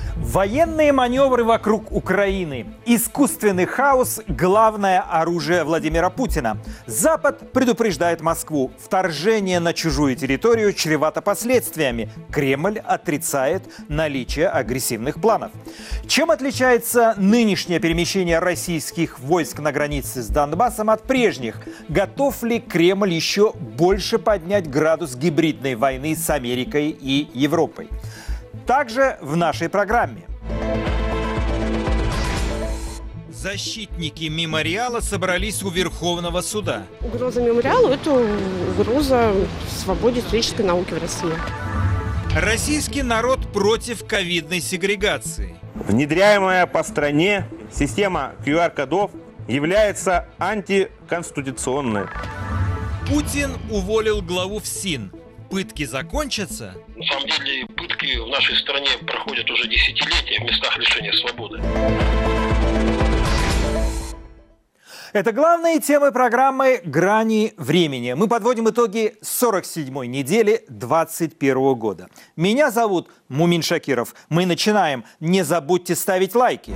Военные маневры вокруг Украины. Искусственный хаос – главное оружие Владимира Путина. Запад предупреждает Москву. Вторжение на чужую территорию чревато последствиями. Кремль отрицает наличие агрессивных планов. Чем отличается нынешнее перемещение российских войск на границе с Донбассом от прежних? Готов ли Кремль еще больше поднять градус гибридной войны с Америкой и Европой? Также в нашей программе. Защитники мемориала собрались у Верховного суда. Угроза мемориалу – это угроза свободе исторической науки в России. Российский народ против ковидной сегрегации. Внедряемая по стране система QR-кодов является антиконституционной. Путин уволил главу ФСИН. Пытки закончатся? На самом деле пытки в нашей стране проходят уже десятилетия в местах лишения свободы. Это главные темы программы «Грани времени». Мы подводим итоги 47-й недели 2021 года. Меня зовут Мумин Шакиров. Мы начинаем. Не забудьте ставить лайки.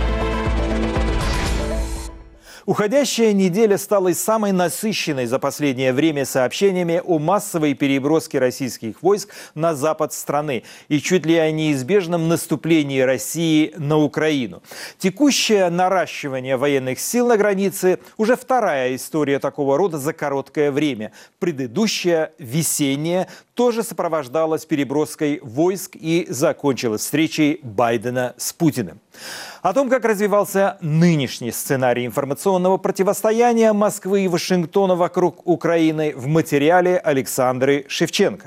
Уходящая неделя стала самой насыщенной за последнее время сообщениями о массовой переброске российских войск на запад страны и чуть ли о неизбежном наступлении России на Украину. Текущее наращивание военных сил на границе – уже вторая история такого рода за короткое время. Предыдущая, весенняя, тоже сопровождалась переброской войск и закончилась встречей Байдена с Путиным. О том, как развивался нынешний сценарий информационного противостояния Москвы и Вашингтона вокруг Украины, в материале Александры Шевченко.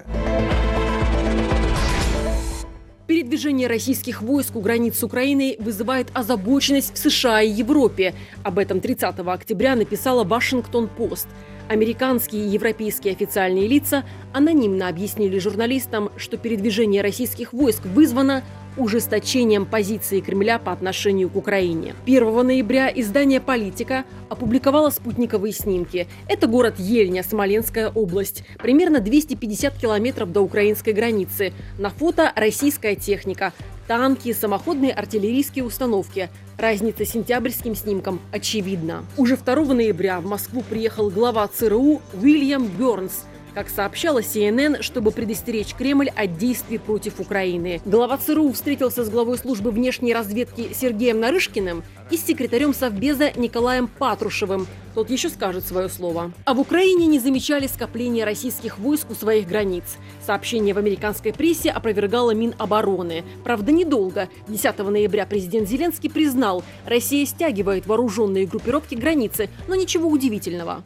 Передвижение российских войск у границ с Украиной вызывает озабоченность в США и Европе. Об этом 30 октября написала «Вашингтон-Пост». Американские и европейские официальные лица анонимно объяснили журналистам, что передвижение российских войск вызвано ужесточением позиции Кремля по отношению к Украине. 1 ноября издание «Политика» опубликовало спутниковые снимки. Это город Ельня, Смоленская область. Примерно 250 километров до украинской границы. На фото российская техника. Танки, самоходные артиллерийские установки. Разница с сентябрьским снимком очевидна. Уже 2 ноября в Москву приехал глава ЦРУ Уильям Бёрнс. Как сообщала CNN, чтобы предостеречь Кремль от действий против Украины. Глава ЦРУ встретился с главой службы внешней разведки Сергеем Нарышкиным и с секретарем Совбеза Николаем Патрушевым. Тот еще скажет свое слово. А в Украине не замечали скопления российских войск у своих границ. Сообщение в американской прессе опровергало Минобороны. Правда, недолго. 10 ноября президент Зеленский признал, Россия стягивает вооруженные группировки границы, но ничего удивительного.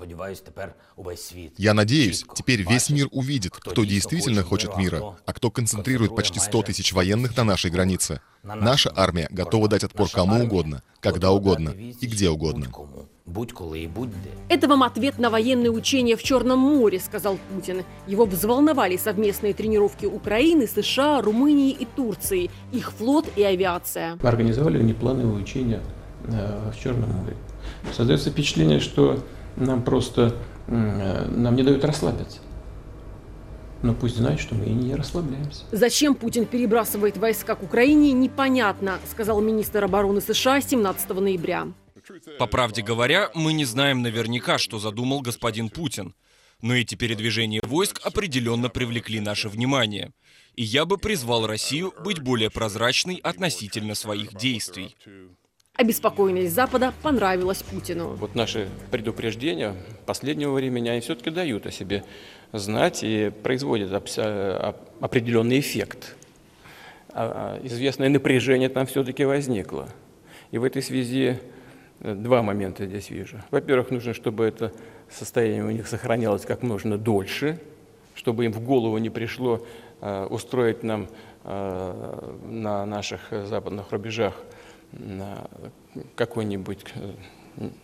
Я надеюсь, теперь весь мир увидит, кто действительно хочет мира, а кто концентрирует почти 100 тысяч военных на нашей границе. Наша армия готова дать отпор кому угодно, когда угодно и где угодно. Это вам ответ на военные учения в Черном море, сказал Путин. Его взволновали совместные тренировки Украины, США, Румынии и Турции, их флот и авиация. Мы организовали внеплановые учения в Черном море. Создается впечатление, что нам не дают расслабиться. Но пусть знают, что мы и не расслабляемся. Зачем Путин перебрасывает войска к Украине, непонятно, сказал министр обороны США 17 ноября. По правде говоря, мы не знаем наверняка, что задумал господин Путин. Но эти передвижения войск определенно привлекли наше внимание. И я бы призвал Россию быть более прозрачной относительно своих действий. Обеспокоенность Запада понравилась Путину. Вот наши предупреждения последнего времени, они все-таки дают о себе знать и производят определенный эффект. Известное напряжение там все-таки возникло. И в этой связи два момента здесь вижу. Во-первых, нужно, чтобы это состояние у них сохранялось как можно дольше, чтобы им в голову не пришло устроить нам на наших западных рубежах какой-нибудь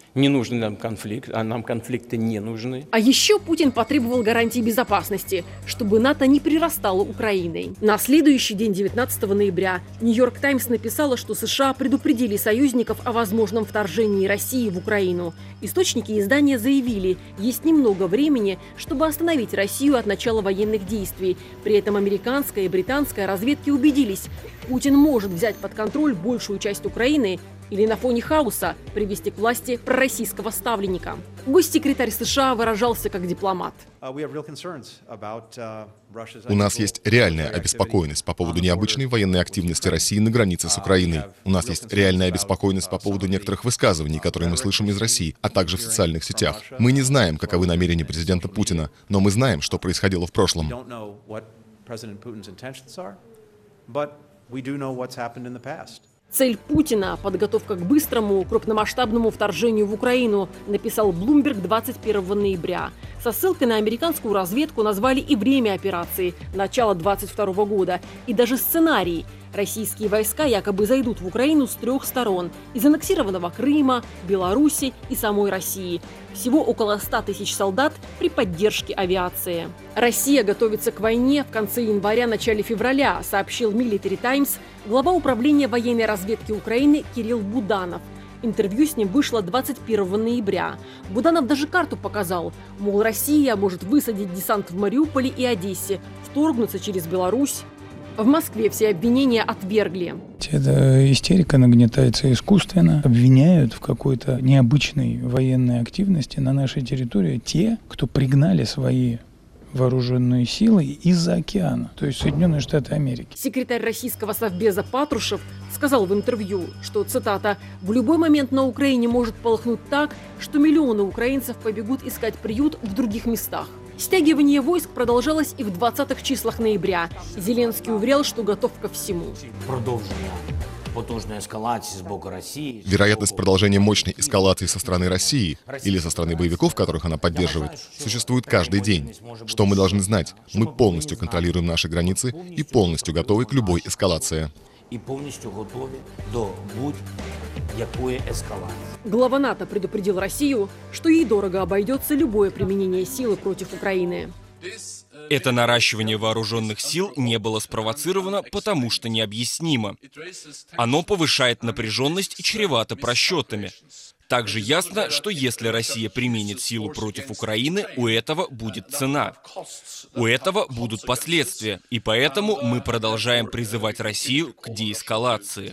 Не нужен нам конфликт, а нам конфликты не нужны. А еще Путин потребовал гарантий безопасности, чтобы НАТО не прирастало Украиной. На следующий день, 19 ноября, «Нью-Йорк Таймс» написала, что США предупредили союзников о возможном вторжении России в Украину. Источники издания заявили, есть немного времени, чтобы остановить Россию от начала военных действий. При этом американская и британская разведки убедились, Путин может взять под контроль большую часть Украины или на фоне хаоса привести к власти пророссийского ставленника. Госсекретарь США выражался как дипломат. У нас есть реальная обеспокоенность по поводу необычной военной активности России на границе с Украиной. У нас есть реальная обеспокоенность по поводу некоторых высказываний, которые мы слышим из России, а также в социальных сетях. Мы не знаем, каковы намерения президента Путина, но мы знаем, что происходило в прошлом. Цель Путина – подготовка к быстрому, крупномасштабному вторжению в Украину, написал Bloomberg 21 ноября. Со ссылкой на американскую разведку назвали и время операции – начало 2022 года, и даже сценарий. Российские войска якобы зайдут в Украину с 3 сторон – из аннексированного Крыма, Беларуси и самой России. Всего около 100 тысяч солдат при поддержке авиации. Россия готовится к войне в конце января-начале февраля, сообщил Military Times глава управления военной разведки Украины Кирилл Буданов. Интервью с ним вышло 21 ноября. Буданов даже карту показал. Мол, Россия может высадить десант в Мариуполе и Одессе, вторгнуться через Беларусь. В Москве все обвинения отвергли. Эта истерика нагнетается искусственно. Обвиняют в какой-то необычной военной активности на нашей территории те, кто пригнали свои вооруженные силы из-за океана, то есть Соединенные Штаты Америки. Секретарь российского совбеза Патрушев сказал в интервью, что, цитата, «в любой момент на Украине может полыхнуть так, что миллионы украинцев побегут искать приют в других местах». Стягивание войск продолжалось и в 20-х числах ноября. Зеленский уверял, что готов ко всему. Вероятность продолжения мощной эскалации со стороны России или со стороны боевиков, которых она поддерживает, существует каждый день. Что мы должны знать? Мы полностью контролируем наши границы и полностью готовы к любой эскалации. И полностью готовы до будь-якої эскалации. Глава НАТО предупредил Россию, что ей дорого обойдется любое применение силы против Украины. Это наращивание вооруженных сил не было спровоцировано, потому что необъяснимо. Оно повышает напряженность и чревато просчетами. Также ясно, что если Россия применит силу против Украины, у этого будет цена. У этого будут последствия, и поэтому мы продолжаем призывать Россию к деэскалации.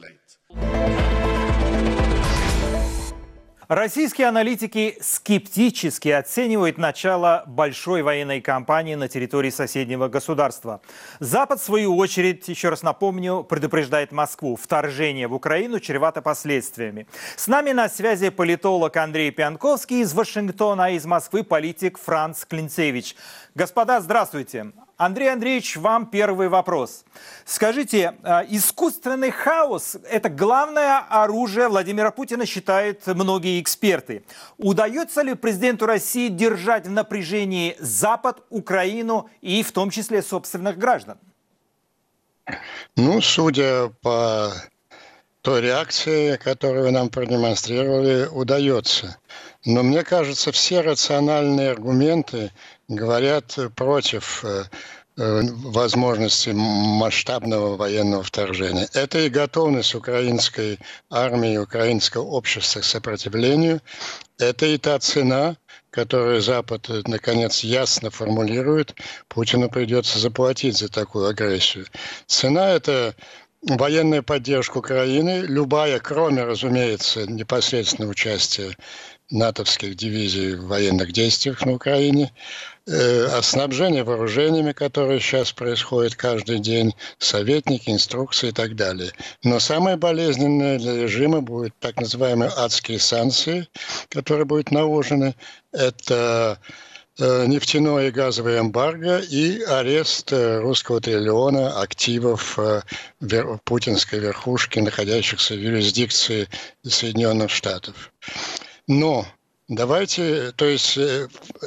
Российские аналитики скептически оценивают начало большой военной кампании на территории соседнего государства. Запад, в свою очередь, еще раз напомню, предупреждает Москву. Вторжение в Украину чревато последствиями. С нами на связи политолог Андрей Пьянковский из Вашингтона, а из Москвы политик Франц Клинцевич. Господа, здравствуйте. Андрей Андреевич, вам первый вопрос. Скажите, искусственный хаос – это главное оружие Владимира Путина, считают многие эксперты. Удается ли президенту России держать в напряжении Запад, Украину и в том числе собственных граждан? Ну, судя по той реакции, которую нам продемонстрировали, удается. Но мне кажется, все рациональные аргументы говорят против возможности масштабного военного вторжения. Это и готовность украинской армии, украинского общества к сопротивлению. Это и та цена, которую Запад, наконец, ясно формулирует. Путину придется заплатить за такую агрессию. Цена – это военная поддержка Украины, любая, кроме, разумеется, непосредственного участия натовских дивизий в военных действиях на Украине, снабжение вооружениями, которые сейчас происходит каждый день, советники, инструкции и так далее. Но самое болезненное для режима будет так называемые адские санкции, которые будут наложены. Это нефтяное и газовое эмбарго и арест русского триллиона активов путинской верхушки, находящихся в юрисдикции Соединенных Штатов. Но давайте, то есть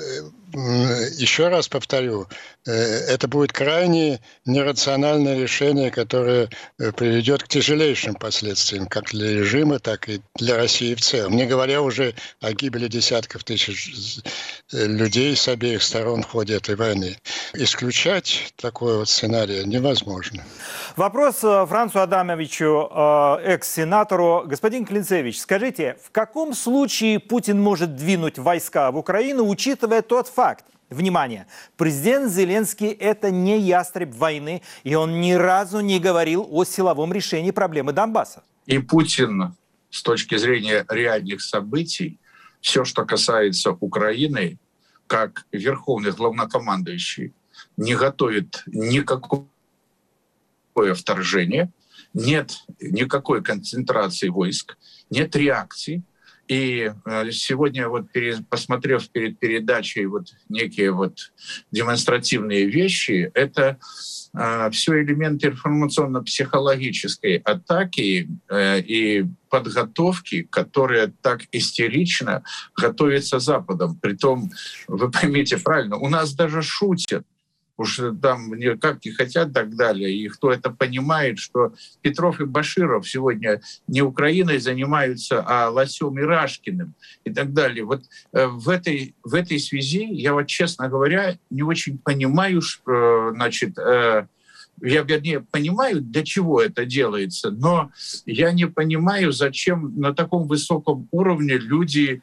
еще раз повторю, это будет крайне нерациональное решение, которое приведет к тяжелейшим последствиям как для режима, так и для России в целом. Не говоря уже о гибели десятков тысяч людей с обеих сторон в ходе этой войны. Исключать такой вот сценарий невозможно. Вопрос Францу Адамовичу, экс-сенатору. Господин Клинцевич, скажите, в каком случае Путин может двинуть войска в Украину, учитывая тот факт, внимание, президент Зеленский – это не ястреб войны, и он ни разу не говорил о силовом решении проблемы Донбасса? И Путин, с точки зрения реальных событий, все, что касается Украины, как верховный главнокомандующий, не готовит никакого вторжения, нет никакой концентрации войск, нет реакции. И сегодня, вот посмотрев перед передачей вот некие вот демонстративные вещи, это все элементы информационно-психологической атаки и подготовки, которая так истерично готовится Западом. Притом, вы поймите правильно, у нас даже шутят, уж там никак не хотят и так далее. И кто это понимает, что Петров и Баширов сегодня не Украиной занимаются, а Лосем и Рашкиным и так далее. Вот в этой связи я вот, честно говоря, не очень понимаю, что, значит, я, вернее, понимаю, для чего это делается, но я не понимаю, зачем на таком высоком уровне люди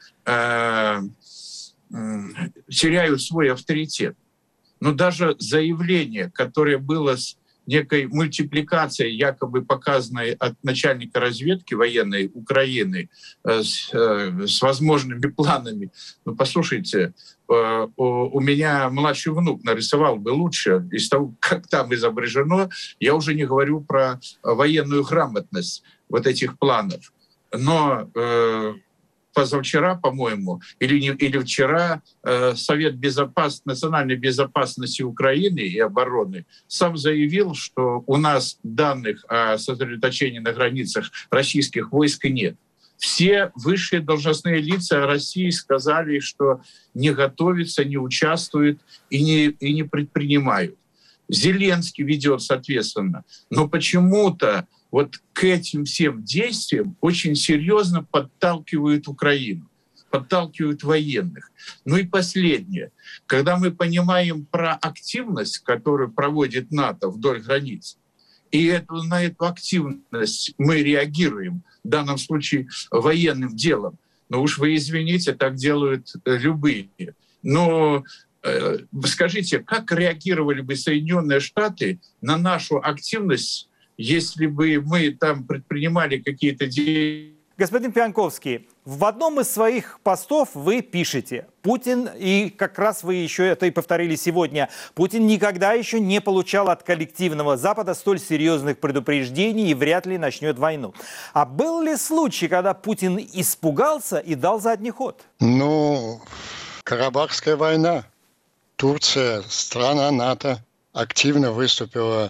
теряют свой авторитет. Но даже заявление, которое было с некой мультипликацией, якобы показанной от начальника разведки военной Украины с возможными планами. Ну, послушайте, у меня младший внук нарисовал бы лучше из того, как там изображено. Я уже не говорю про военную грамотность вот этих планов. Но позавчера, по-моему, или вчера Совет национальной безопасности Украины и обороны сам заявил, что у нас данных о сосредоточении на границах российских войск нет. Все высшие должностные лица России сказали, что не готовятся, не участвуют и не предпринимают. Зеленский ведет, соответственно. Но почему-то вот к этим всем действиям очень серьезно подталкивают Украину, подталкивают военных. Ну и последнее. Когда мы понимаем про активность, которую проводит НАТО вдоль границ, и на эту активность мы реагируем, в данном случае военным делом, ну уж вы извините, так делают любые. Но скажите, как реагировали бы Соединенные Штаты на нашу активность, если бы мы там предпринимали какие-то действия? Господин Пьянковский, в одном из своих постов вы пишете: Путин, и как раз вы еще это и повторили сегодня, Путин никогда еще не получал от коллективного Запада столь серьезных предупреждений и вряд ли начнет войну. А был ли случай, когда Путин испугался и дал задний ход? Ну, Карабахская война. Турция, страна НАТО, активно выступила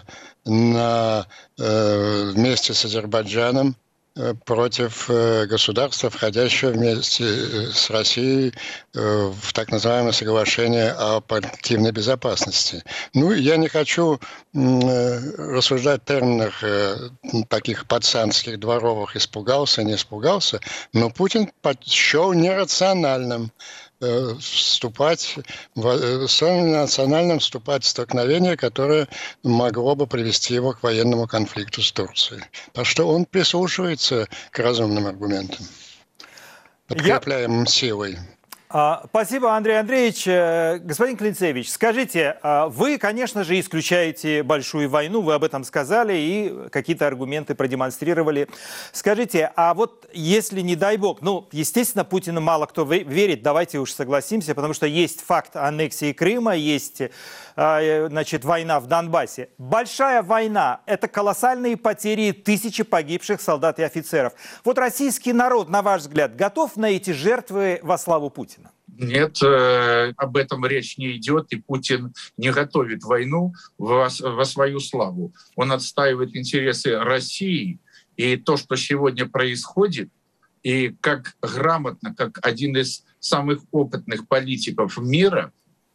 вместе с Азербайджаном против государства, входящего вместе с Россией в так называемое соглашение о коллективной безопасности. Ну, я не хочу рассуждать в терминах таких пацанских, дворовых, испугался, не испугался, но Путин счел нерациональным вступать в столкновение, которое могло бы привести его к военному конфликту с Турцией. Так что он прислушивается к разумным аргументам, подкрепляемым силой. Спасибо, Андрей Андреевич. Господин Клинцевич, скажите, вы, конечно же, исключаете большую войну, вы об этом сказали и какие-то аргументы продемонстрировали. Скажите, а вот если, не дай бог, ну, естественно, Путину мало кто верит, давайте уж согласимся, потому что есть факт аннексии Крыма, есть, значит, война в Донбассе. Большая война – это колоссальные потери, тысячи погибших солдат и офицеров. Вот российский народ, на ваш взгляд, готов на эти жертвы во славу Путина? Нет, об этом речь не идет, и Путин не готовит войну во свою славу. Он отстаивает интересы России, и то, что сегодня происходит, и как грамотно, как один из самых опытных политиков мира,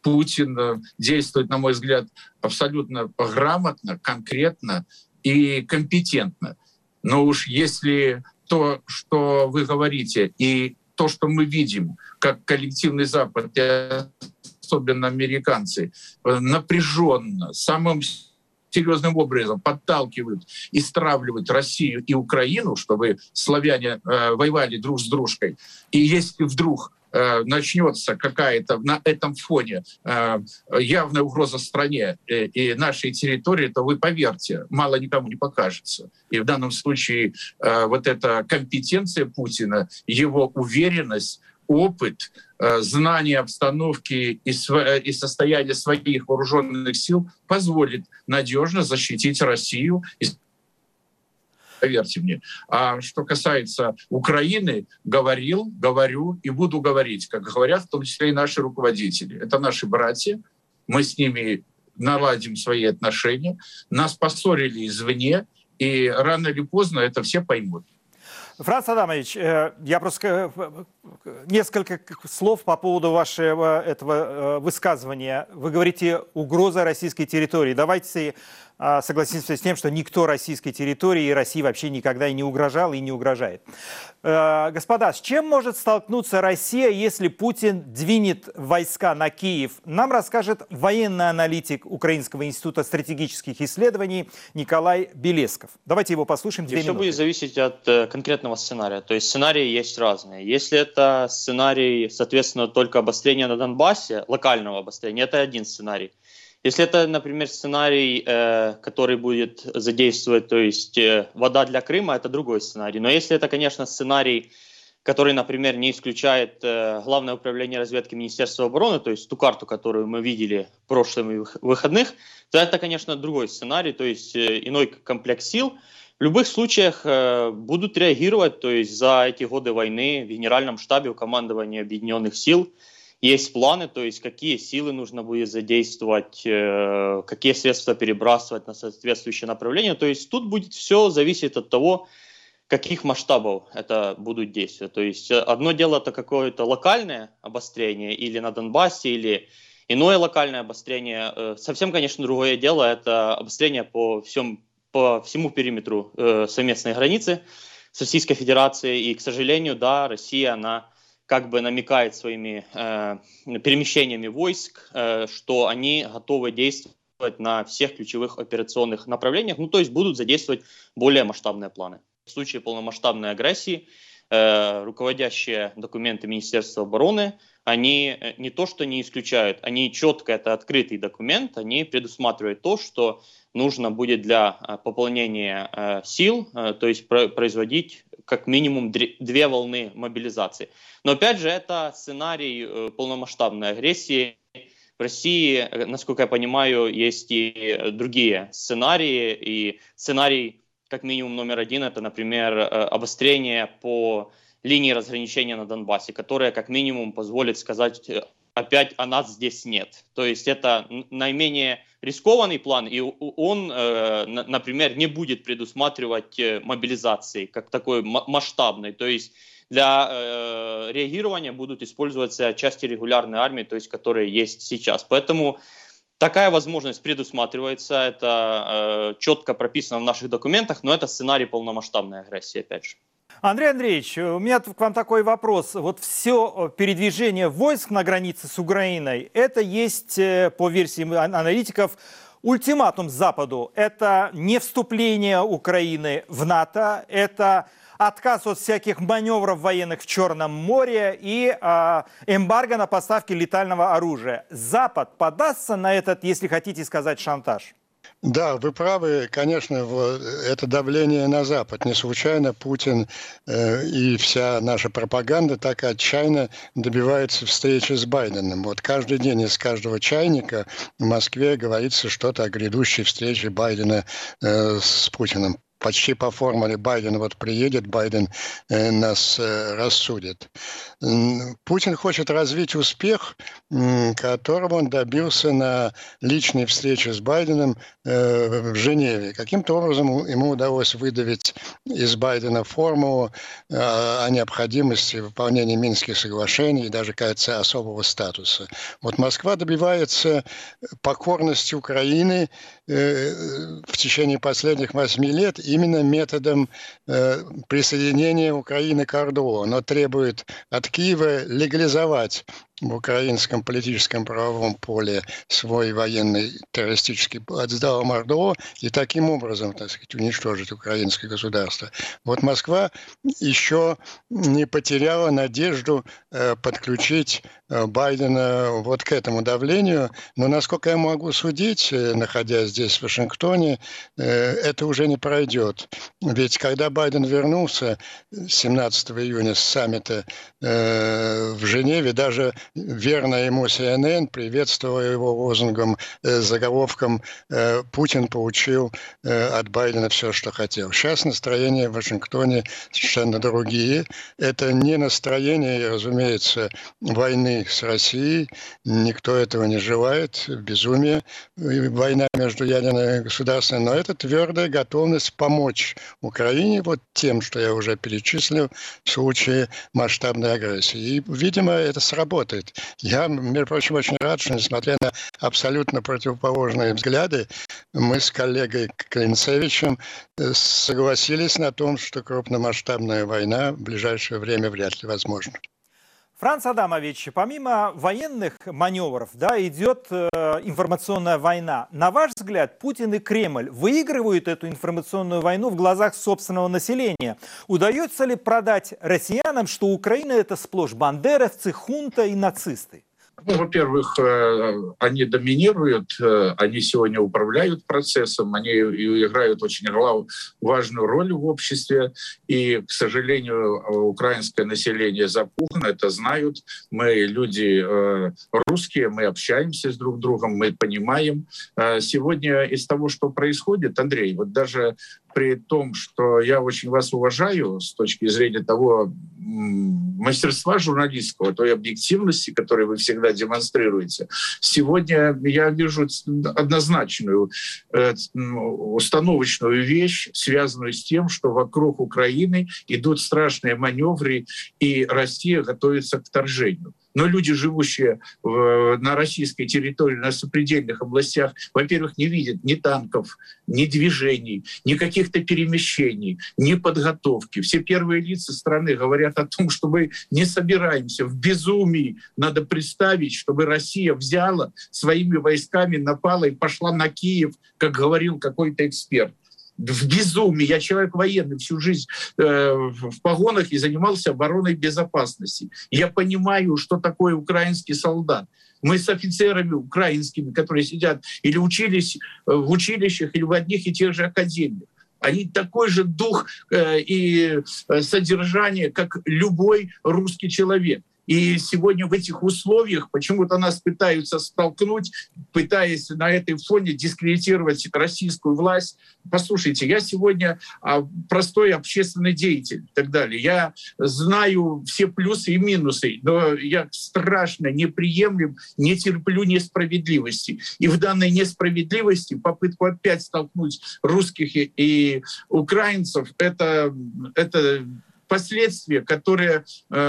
Путин действует, на мой взгляд, абсолютно грамотно, конкретно и компетентно. Но уж если то, что вы говорите, и то, что мы видим, как коллективный Запад, и особенно американцы, напряженно, самым серьезным образом подталкивают и стравливают Россию и Украину, чтобы славяне воевали друг с дружкой. И если вдруг начнется какая-то на этом фоне явная угроза стране и нашей территории, то вы поверьте, мало никому не покажется. И в данном случае вот эта компетенция Путина, его уверенность, опыт, знание обстановки и состояния своих вооруженных сил позволит надежно защитить Россию. Поверьте мне. А что касается Украины, говорю и буду говорить, как говорят в том числе и наши руководители. Это наши братья, мы с ними наладим свои отношения, нас поссорили извне, и рано или поздно это все поймут. Франц Адамович, я просто несколько слов по поводу вашего этого высказывания. Вы говорите «угроза российской территории». Давайте согласимся с тем, что никто российской территории и России вообще никогда и не угрожал, и не угрожает. Господа, с чем может столкнуться Россия, если Путин двинет войска на Киев? Нам расскажет военный аналитик Украинского института стратегических исследований Николай Белесков. Давайте его послушаем. 2 минуты. Все будет зависеть от конкретного сценария. То есть сценарии есть разные. Если это сценарий, соответственно, только обострения на Донбассе, локального обострения, это один сценарий. Если это, например, сценарий, который будет задействовать, то есть вода для Крыма, это другой сценарий. Но если это, конечно, сценарий, который, например, не исключает Главное управление разведки Министерства обороны, то есть ту карту, которую мы видели в прошлых выходных, то это, конечно, другой сценарий, то есть иной комплекс сил. В любых случаях будут реагировать, то есть за эти годы войны в Генеральном штабе, в командовании Объединенных сил есть планы, то есть какие силы нужно будет задействовать, какие средства перебрасывать на соответствующее направление. То есть тут будет все зависеть от того, каких масштабов это будут действия. То есть одно дело это какое-то локальное обострение или на Донбассе, или иное локальное обострение. Совсем, конечно, другое дело это обострение по всему периметру совместной границы с Российской Федерацией. И, к сожалению, да, Россия, она как бы намекает своими перемещениями войск, что они готовы действовать на всех ключевых операционных направлениях, ну то есть будут задействовать более масштабные планы. В случае полномасштабной агрессии руководящие документы Министерства обороны, они не то что не исключают, они четко, это открытый документ, они предусматривают то, что нужно будет для пополнения сил, то есть производить как минимум 2 волны мобилизации. Но опять же, это сценарий полномасштабной агрессии. В России, насколько я понимаю, есть и другие сценарии. И сценарий, как минимум, номер 1, это, например, обострение по линии разграничения на Донбассе, которая как минимум позволит сказать опять, а нас здесь нет. То есть это наименее рискованный план, и он, например, не будет предусматривать мобилизации как такой масштабной. То есть для реагирования будут использоваться части регулярной армии, то есть которые есть сейчас. Поэтому такая возможность предусматривается, это четко прописано в наших документах, но это сценарий полномасштабной агрессии, опять же. Андрей Андреевич, у меня к вам такой вопрос. Вот все передвижение войск на границе с Украиной, это есть, по версии аналитиков, ультиматум Западу. Это не вступление Украины в НАТО, это отказ от всяких маневров военных в Черном море и эмбарго на поставки летального оружия. Запад подастся на этот, если хотите сказать, шантаж? Да, вы правы, конечно, это давление на Запад. Не случайно Путин и вся наша пропаганда так отчаянно добивается встречи с Байденом. Вот каждый день из каждого чайника в Москве говорится что-то о грядущей встрече Байдена с Путиным. почти по формуле Байден вот приедет, Байден нас рассудит. Путин хочет развить успех, которого он добился на личной встрече с Байденом в Женеве. Каким-то образом ему удалось выдавить из Байдена формулу о необходимости выполнения Минских соглашений и даже, кажется, особого статуса. Вот Москва добивается покорности Украины в течение последних 8 лет именно методом присоединения Украины к ОРДЛО. Оно требует от Киева легализовать в украинском политическом правовом поле свой военный террористический плацдарм ОРДЛО и таким образом, так сказать, уничтожить украинское государство. Вот Москва еще не потеряла надежду подключить Байдена вот к этому давлению, но, насколько я могу судить, находясь здесь, в Вашингтоне, это уже не пройдет. Ведь когда Байден вернулся 17 июня с саммита в Женеве, даже верная ему CNN приветствовала его лозунгом, заголовком «Путин получил от Байдена все, что хотел». Сейчас настроения в Вашингтоне совершенно другие. Это не настроение, разумеется, войны с Россией. Никто этого не желает. Безумие. Война между ядерными государствами. Но это твердая готовность помочь Украине вот тем, что я уже перечислил, в случае масштабной агрессии. И, видимо, это сработает. Я, между прочим, очень рад, что, несмотря на абсолютно противоположные взгляды, мы с коллегой Клинцевичем согласились на том, что крупномасштабная война в ближайшее время вряд ли возможна. Франц Адамович, помимо военных маневров, идет информационная война. На ваш взгляд, Путин и Кремль выигрывают эту информационную войну в глазах собственного населения? Удается ли продать россиянам, что Украина – это сплошь бандеровцы, хунта и нацисты? Ну, во-первых, они доминируют, они сегодня управляют процессом, они играют очень важную роль в обществе. И, к сожалению, украинское население запугано, это знают. Мы люди русские, мы общаемся с друг другом, мы понимаем. Сегодня из того, что происходит, Андрей, вот даже при том, что я очень вас уважаю с точки зрения того мастерства журналистского, той объективности, которую вы всегда демонстрируете, сегодня я вижу однозначную установочную вещь, связанную с тем, что вокруг Украины идут страшные маневры, и Россия готовится к вторжению. Но люди, живущие на российской территории, на сопредельных областях, во-первых, не видят ни танков, ни движений, ни каких-то перемещений, ни подготовки. Все первые лица страны говорят о том, что мы не собираемся. В безумии надо представить, чтобы Россия взяла своими войсками, напала и пошла на Киев, как говорил какой-то эксперт. В безумии. Я человек военный, всю жизнь в погонах и занимался обороной безопасности. Я понимаю, что такое украинский солдат. Мы с офицерами украинскими, которые сидят или учились в училищах, или в одних и тех же академиях. Они такой же дух и содержание, как любой русский человек. И сегодня в этих условиях почему-то нас пытаются столкнуть, пытаясь на этой фоне дискредитировать российскую власть. Послушайте, я сегодня простой общественный деятель и так далее. Я знаю все плюсы и минусы, но я страшно неприемлем, не терплю несправедливости. И в данной несправедливости попытку опять столкнуть русских и украинцев — это последствия, которые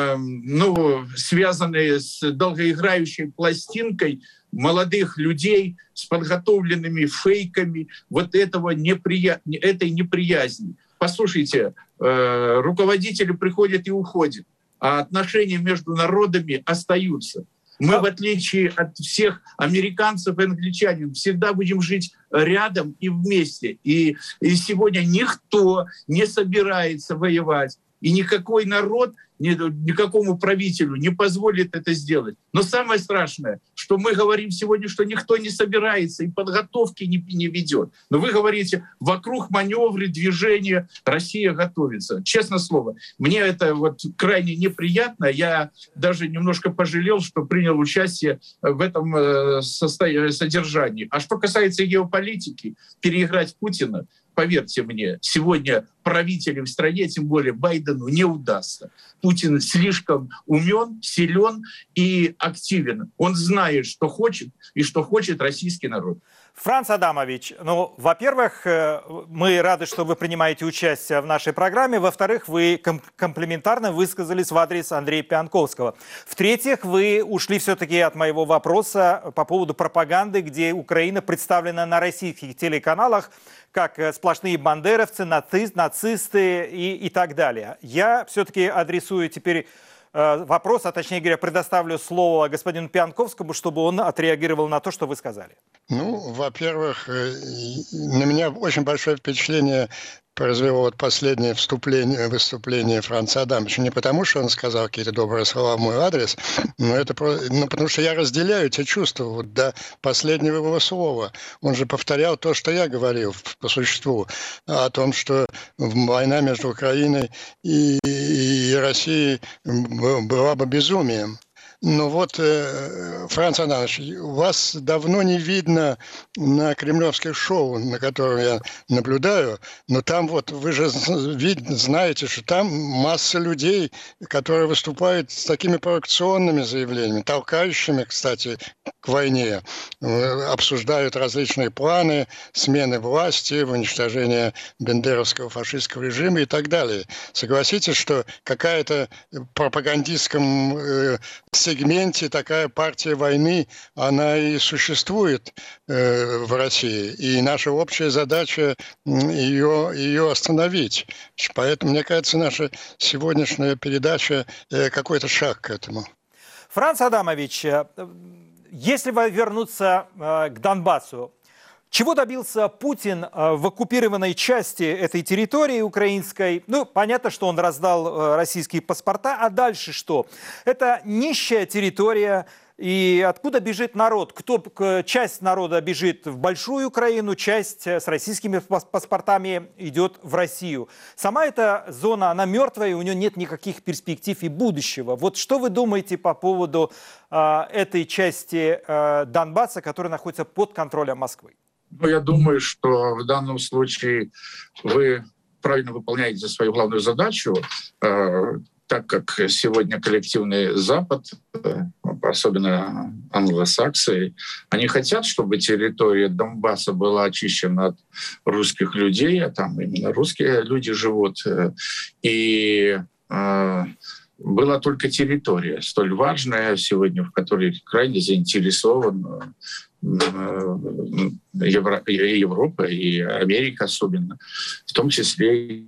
связаны с долгоиграющей пластинкой молодых людей, с подготовленными фейками этой неприязни. Послушайте, руководители приходят и уходят, а отношения между народами остаются. Мы, в отличие от всех американцев и англичан, всегда будем жить рядом и вместе. И сегодня никто не собирается воевать. И никакой народ, никакому правителю не позволит это сделать. Но самое страшное, что мы говорим сегодня, что никто не собирается и подготовки не ведет. Но вы говорите, вокруг маневры, движения, Россия готовится. Честное слово, мне это крайне неприятно. Я даже немножко пожалел, что принял участие в этом содержании. А что касается геополитики, переиграть Путина, поверьте мне, сегодня правителям в стране, тем более Байдену, не удастся. Путин слишком умен, силен и активен. Он знает, что хочет и что хочет российский народ. Франц Адамович, ну, во-первых, мы рады, что вы принимаете участие в нашей программе. Во-вторых, вы комплиментарно высказались в адрес Андрея Пианковского. В-третьих, вы ушли все-таки от моего вопроса по поводу пропаганды, где Украина представлена на российских телеканалах как сплошные бандеровцы, нацисты и так далее. Я все-таки адресую теперь вопрос, а точнее говоря, предоставлю слово господину Пианковскому, чтобы он отреагировал на то, что вы сказали. Ну, во-первых, на меня очень большое впечатление произвело вот последнее выступление Франца Адамовича. Не потому, что он сказал какие-то добрые слова в мой адрес, но это потому, что я разделяю эти чувства вот до последнего его слова. Он же повторял то, что я говорил по существу, о том, что война между Украиной и Россией была бы безумием. Ну вот, Франц Адамович, вас давно не видно на кремлевских шоу, на которых я наблюдаю, но там вот вы же знаете, что там масса людей, которые выступают с такими провокационными заявлениями, толкающими, кстати, к войне, обсуждают различные планы смены власти, уничтожения бендеровского фашистского режима и так далее. Согласитесь, что какая-то в пропагандистском сегменте такая партия войны, она и существует в России. И наша общая задача ее остановить. Поэтому, мне кажется, наша сегодняшняя передача какой-то шаг к этому. Франц Адамович, если вернуться к Донбассу, чего добился Путин в оккупированной части этой территории украинской? Ну, понятно, что он раздал российские паспорта, а дальше что? Это нищая территория, и откуда бежит народ? Часть народа бежит в большую Украину, часть с российскими паспортами идет в Россию. Сама эта зона, она мертвая, и у нее нет никаких перспектив и будущего. Вот что вы думаете по поводу этой части Донбасса, которая находится под контролем Москвы? Ну, я думаю, что в данном случае вы правильно выполняете свою главную задачу, так как сегодня коллективный Запад, особенно англосаксы, они хотят, чтобы территория Донбасса была очищена от русских людей, а там именно русские люди живут. И была только территория, столь важная сегодня, в которой крайне заинтересован Европа и Америка особенно, в том числе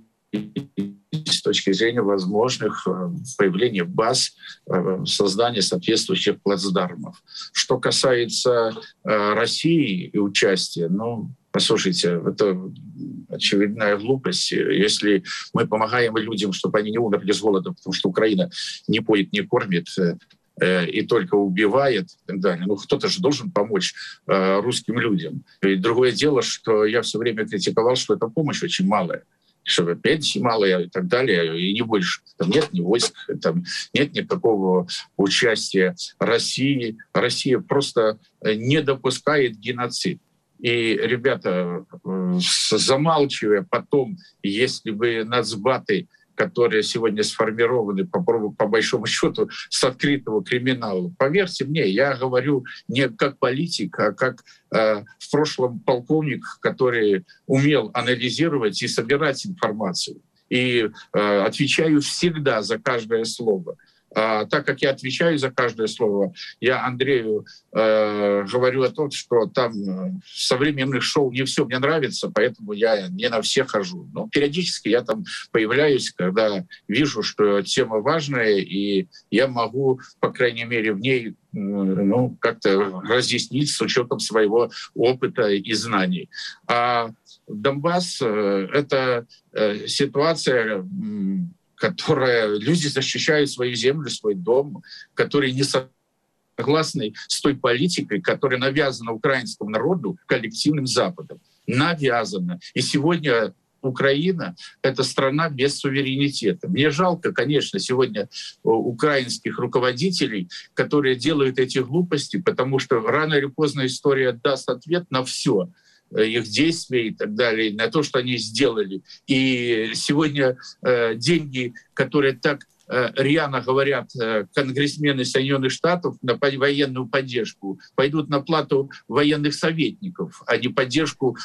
с точки зрения возможных появления баз, создания соответствующих плацдармов. Что касается России и участия, ну, послушайте, это очевидная глупость. Если мы помогаем людям, чтобы они не умерли с голода, потому что Украина не поет, не кормит, и только убивает и так далее. Ну, кто-то же должен помочь русским людям. И другое дело, что я все время критиковал, что эта помощь очень малая, что пенсии малые и так далее, и не больше. Там нет ни войск, там нет никакого участия России. Россия просто не допускает геноцид. И, ребята, замалчивая потом, если бы нацбаты, которые сегодня сформированы по большому счету с открытого криминала. Поверьте мне, я говорю не как политик, а как в прошлом полковник, который умел анализировать и собирать информацию. И отвечаю всегда за каждое слово. Так как я отвечаю за каждое слово, я Андрею говорю о том, что там современных шоу не все мне нравится, поэтому я не на все хожу. Но периодически я там появляюсь, когда вижу, что тема важная, и я могу, по крайней мере, в ней как-то разъяснить с учетом своего опыта и знаний. А Донбасс — это ситуация, которая люди защищают свою землю, свой дом, которые не согласны с той политикой, которая навязана украинскому народу коллективным Западом. Навязана. И сегодня Украина — это страна без суверенитета. Мне жалко, конечно, сегодня украинских руководителей, которые делают эти глупости, потому что рано или поздно история даст ответ на все. их действия и так далее, на то, что они сделали. И сегодня деньги, которые так рьяно говорят конгрессмены Соединенных Штатов на военную поддержку, пойдут на плату военных советников, а не поддержку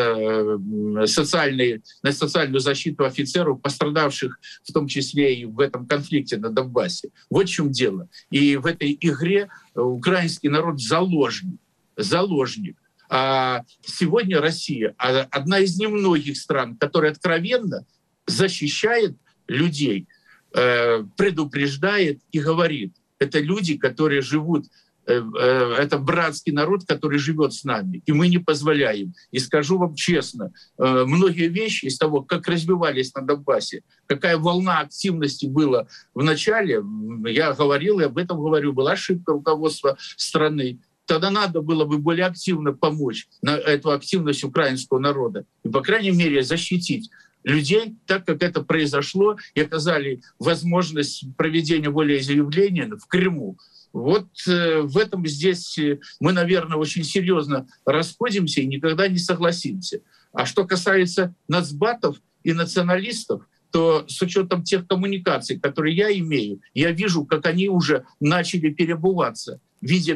на социальную защиту офицеров, пострадавших в том числе и в этом конфликте на Донбассе. Вот в чем дело. И в этой игре украинский народ заложник. А сегодня Россия одна из немногих стран, которая откровенно защищает людей, предупреждает и говорит. Это люди, которые живут, это братский народ, который живет с нами, и мы не позволяем. И скажу вам честно, многие вещи из того, как развивались на Донбассе, какая волна активности была в начале, я говорил и об этом говорю, была ошибка руководства страны. Тогда надо было бы более активно помочь на эту активность украинского народа и, по крайней мере, защитить людей, так как это произошло, и оказали возможность проведения волеизъявления в Крыму. Вот в этом здесь мы, наверное, очень серьезно расходимся и никогда не согласимся. А что касается нацбатов и националистов, то с учетом тех коммуникаций, которые я имею, я вижу, как они уже начали переобуваться, видя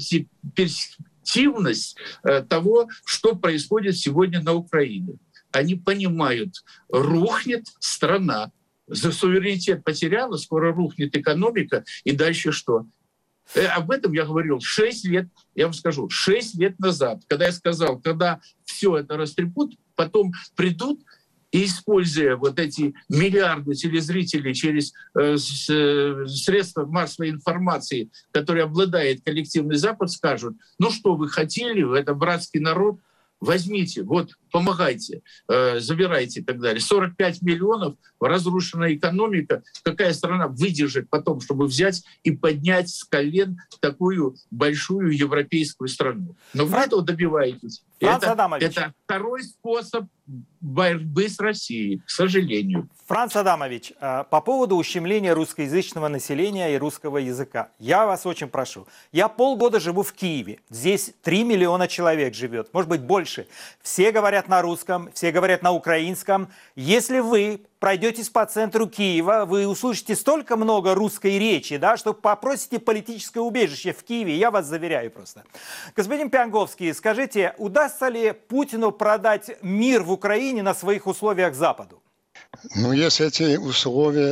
бесперспективность того, что происходит сегодня на Украине. Они понимают, рухнет страна, за суверенитет потеряла, скоро рухнет экономика, и дальше что? Об этом я говорил 6 лет, я вам скажу, 6 лет назад, когда я сказал, когда все это растрепут, потом придут и, используя вот эти миллиарды телезрителей через средства массовой информации, которые обладает коллективный Запад, скажут, ну что вы хотели, это братский народ, возьмите, вот, помогайте, забирайте и так далее. 45 миллионов, разрушенная экономика. Какая страна выдержит потом, чтобы взять и поднять с колен такую большую европейскую страну? Но вы этого добиваетесь. Это второй способ борьбы с Россией, к сожалению. Франц Адамович, по поводу ущемления русскоязычного населения и русского языка. Я вас очень прошу. Я полгода живу в Киеве. Здесь 3 миллиона человек живет, может быть больше. Все говорят на русском, все говорят на украинском. Если вы пройдетесь по центру Киева, вы услышите столько много русской речи, да, что попросите политическое убежище в Киеве, я вас заверяю просто. Господин Пианковский, скажите, удастся ли Путину продать мир в Украине на своих условиях Западу? Ну, если эти условия...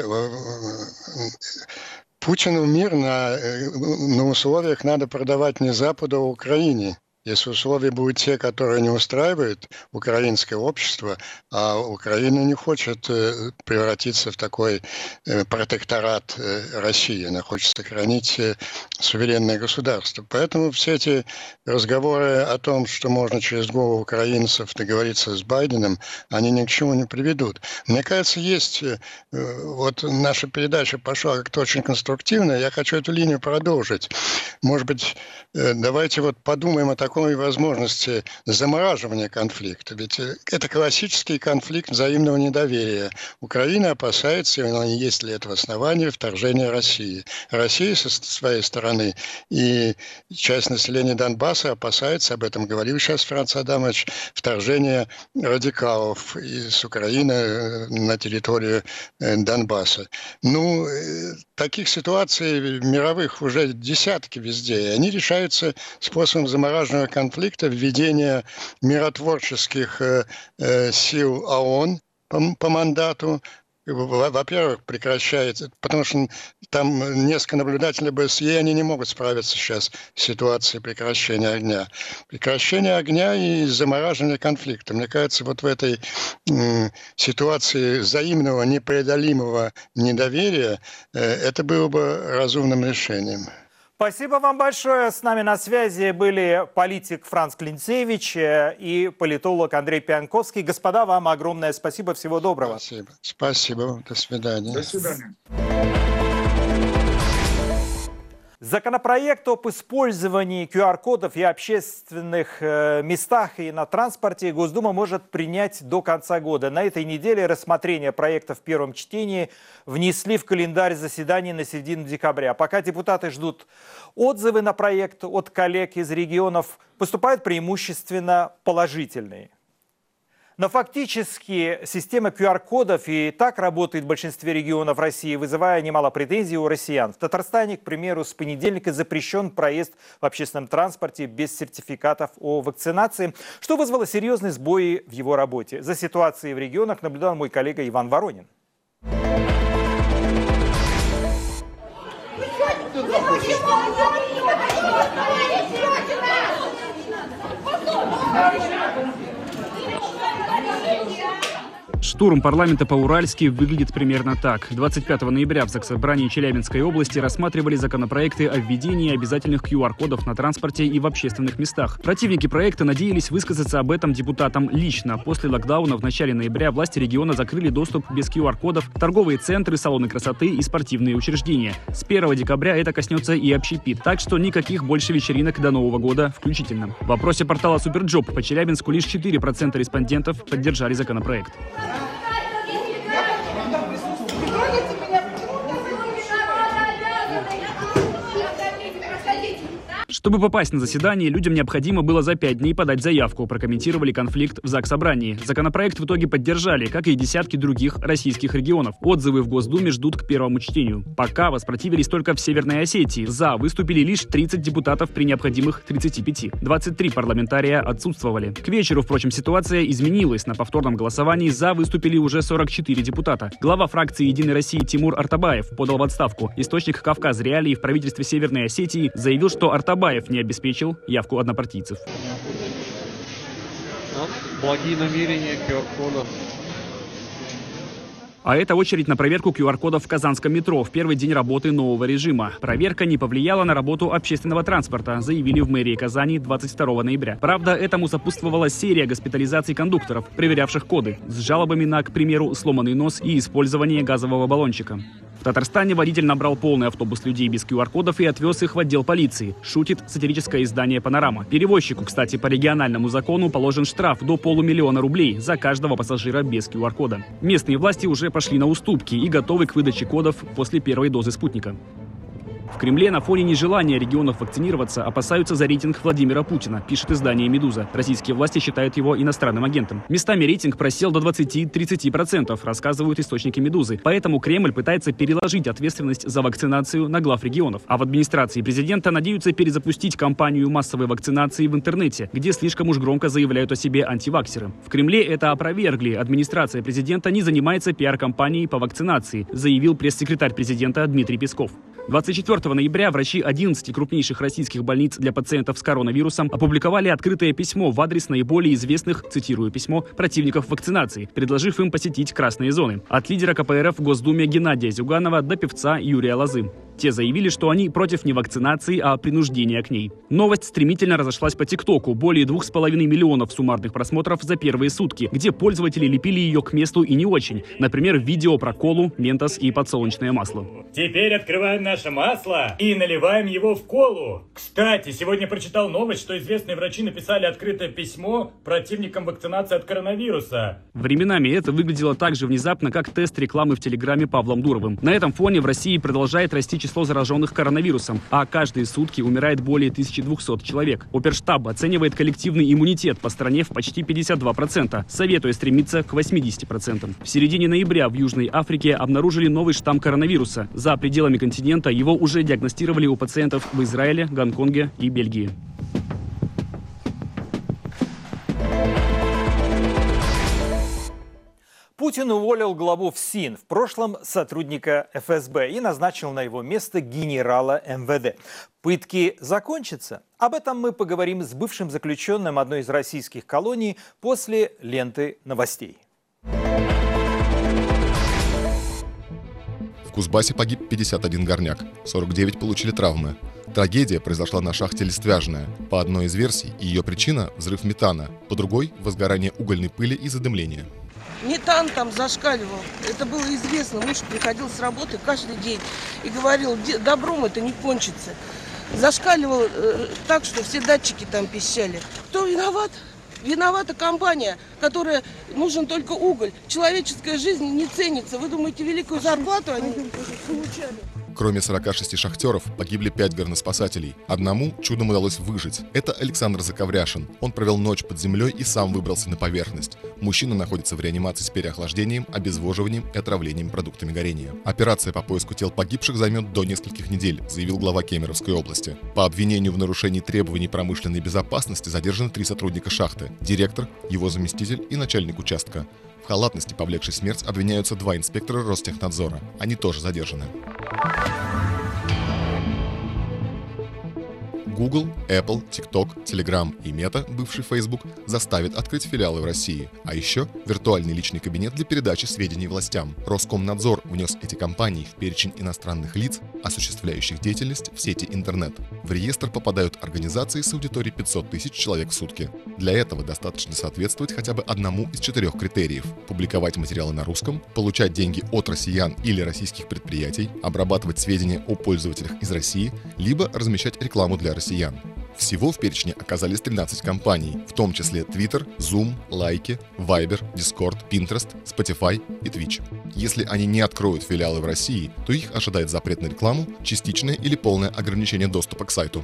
Путину мир на условиях надо продавать не Западу, а Украине. Если условия будут те, которые не устраивают украинское общество, а Украина не хочет превратиться в такой протекторат России, она хочет сохранить суверенное государство. Поэтому все эти разговоры о том, что можно через голову украинцев договориться с Байденом, они ни к чему не приведут. Мне кажется, есть... Вот наша передача пошла как-то очень конструктивно, я хочу эту линию продолжить. Может быть, давайте вот подумаем о такой возможности замораживания конфликта. Ведь это классический конфликт взаимного недоверия. Украина опасается, и есть ли это основание, вторжения России. Россия со своей стороны и часть населения Донбасса опасается, об этом говорил сейчас Франц Адамович, вторжения радикалов из Украины на территорию Донбасса. Ну, таких ситуаций мировых уже десятки везде, и они решаются способом замораживания конфликта, введения миротворческих сил ООН по мандату. Во-первых, прекращается, потому что там несколько наблюдателей ОБСЕ, они не могут справиться сейчас с ситуацией прекращения огня. Прекращение огня и замораживание конфликта. Мне кажется, вот в этой ситуации взаимного непреодолимого недоверия это было бы разумным решением. Спасибо вам большое. С нами на связи были политик Франц Клинцевич и политолог Андрей Пианковский. Господа, вам огромное спасибо. Всего доброго. Спасибо. Спасибо. До свидания. До свидания. Законопроект об использовании QR-кодов и общественных местах и на транспорте Госдума может принять до конца года. На этой неделе рассмотрение проекта в первом чтении внесли в календарь заседаний на середину декабря. Пока депутаты ждут отзывы на проект от коллег из регионов, поступают преимущественно положительные. Но фактически система QR-кодов и так работает в большинстве регионов России, вызывая немало претензий у россиян. В Татарстане, к примеру, с понедельника запрещен проезд в общественном транспорте без сертификатов о вакцинации, что вызвало серьезные сбои в его работе. За ситуацией в регионах наблюдал мой коллега Иван Воронин. Штурм парламента по-уральски выглядит примерно так. 25 ноября в Заксобрании Челябинской области рассматривали законопроекты о введении обязательных QR-кодов на транспорте и в общественных местах. Противники проекта надеялись высказаться об этом депутатам лично. После локдауна в начале ноября власти региона закрыли доступ без QR-кодов в торговые центры, салоны красоты и спортивные учреждения. С 1 декабря это коснется и общепит, так что никаких больше вечеринок до Нового года включительно. В опросе портала Суперджоп по Челябинску лишь 4% респондентов поддержали законопроект. Чтобы попасть на заседание, людям необходимо было за 5 дней подать заявку, прокомментировали конфликт в Заксобрании. Законопроект в итоге поддержали, как и десятки других российских регионов. Отзывы в Госдуме ждут к первому чтению. Пока воспротивились только в Северной Осетии. За выступили лишь 30 депутатов при необходимых 35. 23 парламентария отсутствовали. К вечеру, впрочем, ситуация изменилась. На повторном голосовании за выступили уже 44 депутата. Глава фракции «Единой России» Тимур Артабаев подал в отставку. Источник «Кавказ Реалии» в правительстве Северной Осетии заявил, что Артабаев не обеспечил явку однопартийцев. Благие намерения QR-кодов. А это очередь на проверку QR-кодов в казанском метро в первый день работы нового режима. Проверка не повлияла на работу общественного транспорта, заявили в мэрии Казани 22 ноября. Правда, этому сопутствовала серия госпитализаций кондукторов, проверявших коды, с жалобами на, к примеру, сломанный нос и использование газового баллончика. В Татарстане водитель набрал полный автобус людей без QR-кодов и отвез их в отдел полиции. Шутит сатирическое издание «Панорама». Перевозчику, кстати, по региональному закону положен штраф до 500 000 рублей за каждого пассажира без QR-кода. Местные власти уже пошли на уступки и готовы к выдаче кодов после первой дозы спутника. В Кремле на фоне нежелания регионов вакцинироваться опасаются за рейтинг Владимира Путина, пишет издание «Медуза». Российские власти считают его иностранным агентом. Местами рейтинг просел до 20-30%, рассказывают источники «Медузы». Поэтому Кремль пытается переложить ответственность за вакцинацию на глав регионов. А в администрации президента надеются перезапустить кампанию массовой вакцинации в интернете, где слишком уж громко заявляют о себе антиваксеры. В Кремле это опровергли. Администрация президента не занимается пиар-кампанией по вакцинации, заявил пресс-секретарь президента Дмитрий Песков. 24 ноября врачи 11 крупнейших российских больниц для пациентов с коронавирусом опубликовали открытое письмо в адрес наиболее известных, цитирую письмо, противников вакцинации, предложив им посетить красные зоны. От лидера КПРФ в Госдуме Геннадия Зюганова до певца Юрия Лозы. Те заявили, что они против не вакцинации, а принуждения к ней. Новость стремительно разошлась по ТикТоку. Более 2,5 миллионов суммарных просмотров за первые сутки, где пользователи лепили ее к месту и не очень. Например, видео про колу, ментос и подсолнечное масло. Теперь открываем наше масло и наливаем его в колу. Кстати, сегодня прочитал новость, что известные врачи написали открытое письмо противникам вакцинации от коронавируса. Временами это выглядело так же внезапно, как тест рекламы в Телеграме Павлом Дуровым. На этом фоне в России продолжает расти число зараженных коронавирусом, а каждые сутки умирает более 1200 человек. Оперштаб оценивает коллективный иммунитет по стране в почти 52%, советуя стремиться к 80%. В середине ноября в Южной Африке обнаружили новый штамм коронавируса. За пределами континента его уже диагностировали у пациентов в Израиле, Гонконге и Бельгии. Путин уволил главу ФСИН, в прошлом сотрудника ФСБ, и назначил на его место генерала МВД. Пытки закончатся? Об этом мы поговорим с бывшим заключенным одной из российских колоний после ленты новостей. В Кузбассе погиб 51 горняк, 49 получили травмы. Трагедия произошла на шахте Листвяжная. По одной из версий, ее причина – взрыв метана, по другой – возгорание угольной пыли и задымление. метан там зашкаливал. Это было известно. Муж приходил с работы каждый день и говорил, добром это не кончится. Зашкаливал так, что все датчики там пищали. Кто виноват? Виновата компания, которая нужен только уголь. Человеческая жизнь не ценится. Вы думаете, великую зарплату они получали? Кроме 46 шахтеров, погибли 5 горноспасателей. Одному чудом удалось выжить. Это Александр Заковряшин. Он провел ночь под землей и сам выбрался на поверхность. Мужчина находится в реанимации с переохлаждением, обезвоживанием и отравлением продуктами горения. Операция по поиску тел погибших займет до нескольких недель, заявил глава Кемеровской области. По обвинению в нарушении требований промышленной безопасности задержаны 3 сотрудника шахты: директор, его заместитель и начальник участка. В халатности, повлекшей смерть, обвиняются 2 инспектора Ростехнадзора. Они тоже задержаны. Google, Apple, TikTok, Telegram и Meta, бывший Facebook, заставят открыть филиалы в России. А еще виртуальный личный кабинет для передачи сведений властям. Роскомнадзор внес эти компании в перечень иностранных лиц, осуществляющих деятельность в сети интернет. В реестр попадают организации с аудиторией 500 тысяч человек в сутки. Для этого достаточно соответствовать хотя бы одному из 4 критериев: публиковать материалы на русском, получать деньги от россиян или российских предприятий, обрабатывать сведения о пользователях из России, либо размещать рекламу для россиян. Всего в перечне оказались 13 компаний, в том числе Twitter, Zoom, Лайки, Viber, Discord, Pinterest, Spotify и Twitch. Если они не откроют филиалы в России, то их ожидает запрет на рекламу, частичное или полное ограничение доступа к сайту.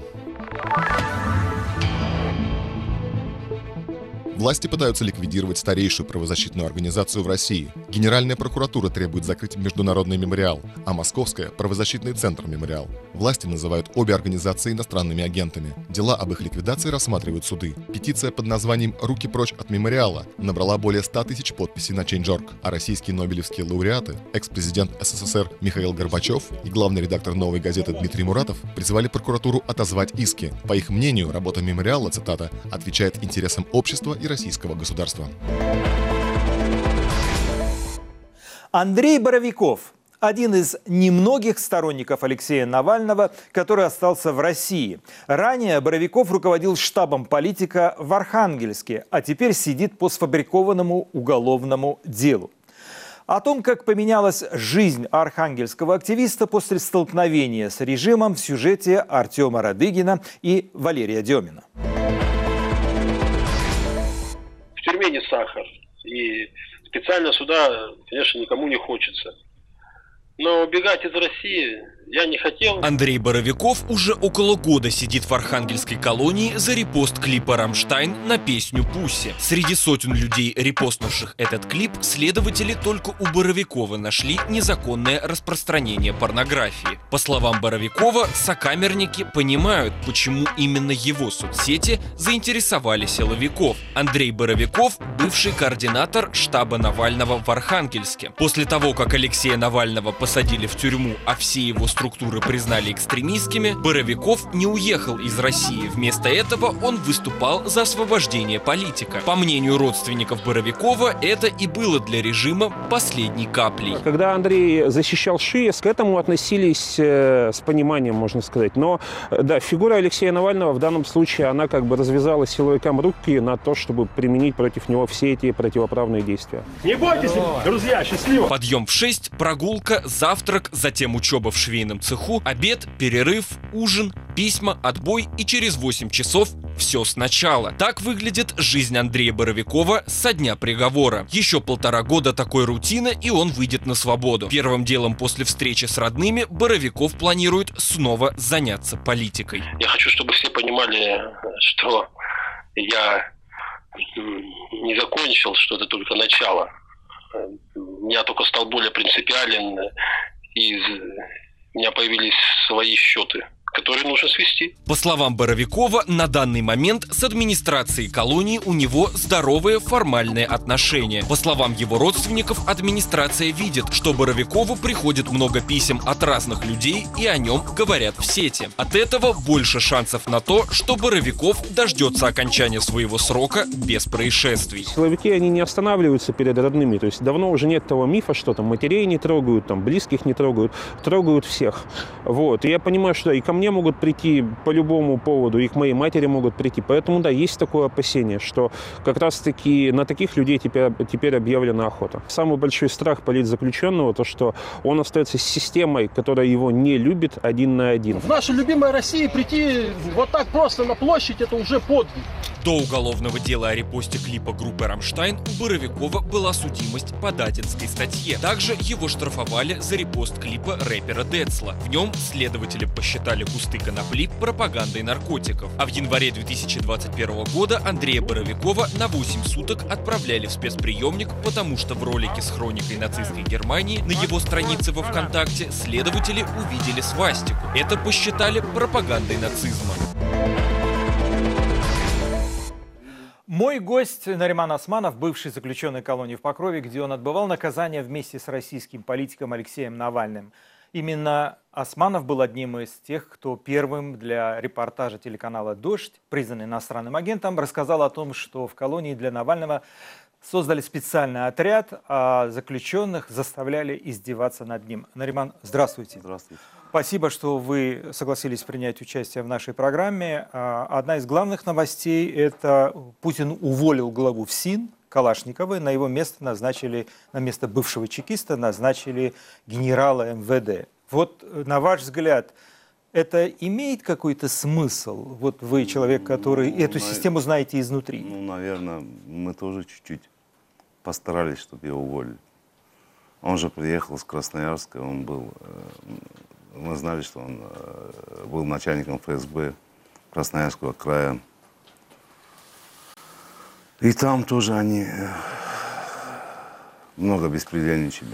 Власти пытаются ликвидировать старейшую правозащитную организацию в России. Генеральная прокуратура требует закрыть Международный мемориал, а Московская – правозащитный центр «Мемориал». Власти называют обе организации иностранными агентами. Дела об их ликвидации рассматривают суды. Петиция под названием «Руки прочь от мемориала» набрала более 100 тысяч подписей на Change.org, а российские нобелевские лауреаты, экс-президент СССР Михаил Горбачев и главный редактор «Новой газеты» Дмитрий Муратов призвали прокуратуру отозвать иски. По их мнению, работа мемориала, цитата, «отвечает интересам общества и российского государства». Андрей Боровиков – один из немногих сторонников Алексея Навального, который остался в России. Ранее Боровиков руководил штабом политика в Архангельске, а теперь сидит по сфабрикованному уголовному делу. О том, как поменялась жизнь архангельского активиста после столкновения с режимом, в сюжете Артема Радыгина и Валерия Демина. В тюрьме не сахар. И специально сюда, конечно, никому не хочется. Но убегать из России я не хотел. Андрей Боровиков уже около года сидит в архангельской колонии за репост клипа «Рамштайн» на песню «Пусси». Среди сотен людей, репостнувших этот клип, следователи только у Боровикова нашли незаконное распространение порнографии. По словам Боровикова, сокамерники понимают, почему именно его соцсети заинтересовали силовиков. Андрей Боровиков – бывший координатор штаба Навального в Архангельске. После того, как Алексея Навального посадили в тюрьму, а все его структуры признали экстремистскими, Боровиков не уехал из России. Вместо этого он выступал за освобождение политика. По мнению родственников Боровикова, это и было для режима последней каплей. Когда Андрей защищал ШИЭС, к этому относились с пониманием, можно сказать. Но да, фигура Алексея Навального в данном случае, она как бы развязала силовикам руки на то, чтобы применить против него все эти противоправные действия. Не бойтесь, друзья, счастливо! Подъем в 6, прогулка, завтрак, затем учеба в швейном цеху, обед, перерыв, ужин, письма, отбой и через 8 часов все сначала. Так выглядит жизнь Андрея Боровикова со дня приговора. Еще 1,5 года такой рутины, и он выйдет на свободу. Первым делом после встречи с родными Боровиков планирует снова заняться политикой. Я хочу, чтобы все понимали, что я не закончил, что это только начало. Я только стал более принципиален, и у меня появились свои счеты, которые нужно свести. По словам Боровикова, на данный момент с администрацией колонии у него здоровые формальные отношения. По словам его родственников, администрация видит, что Боровикову приходит много писем от разных людей и о нем говорят в сети. От этого больше шансов на то, что Боровиков дождется окончания своего срока без происшествий. Силовики, они не останавливаются перед родными. То есть давно уже нет того мифа, что там матерей не трогают, там близких не трогают. Трогают всех. Вот. И я понимаю, что и ко мне мне могут прийти по любому поводу, и к моей матери могут прийти. Поэтому, да, есть такое опасение, что как раз-таки на таких людей теперь объявлена охота. Самый большой страх политзаключенного, то, что он остается с системой, которая его не любит, один на один. В нашу любимую Россию прийти вот так просто на площадь, это уже подвиг. До уголовного дела о репосте клипа группы «Рамштайн» у Боровикова была судимость по датинской статье. Также его штрафовали за репост клипа рэпера Децла. В нем следователи посчитали кусты конопли пропагандой наркотиков. А в январе 2021 года Андрея Боровикова на 8 суток отправляли в спецприемник, потому что в ролике с хроникой нацистской Германии на его странице во ВКонтакте следователи увидели свастику. Это посчитали пропагандой нацизма. Мой гость Нариман Османов, бывший заключенный колонии в Покрове, где он отбывал наказание вместе с российским политиком Алексеем Навальным. Именно Османов был одним из тех, кто первым для репортажа телеканала «Дождь», признанный иностранным агентом, рассказал о том, что в колонии для Навального создали специальный отряд, а заключенных заставляли издеваться над ним. Нариман, здравствуйте. Здравствуйте. Спасибо, что вы согласились принять участие в нашей программе. Одна из главных новостей – это Путин уволил главу ФСИН Калашниковой. На его место назначили, на место бывшего чекиста назначили генерала МВД. Вот на ваш взгляд, это имеет какой-то смысл? Вот вы человек, который эту систему знаете изнутри. Ну, наверное, мы тоже чуть-чуть постарались, чтобы его уволили. Он же приехал с Красноярска, он был... Мы знали, что он был начальником ФСБ Красноярского края. И там тоже они много беспредельничали.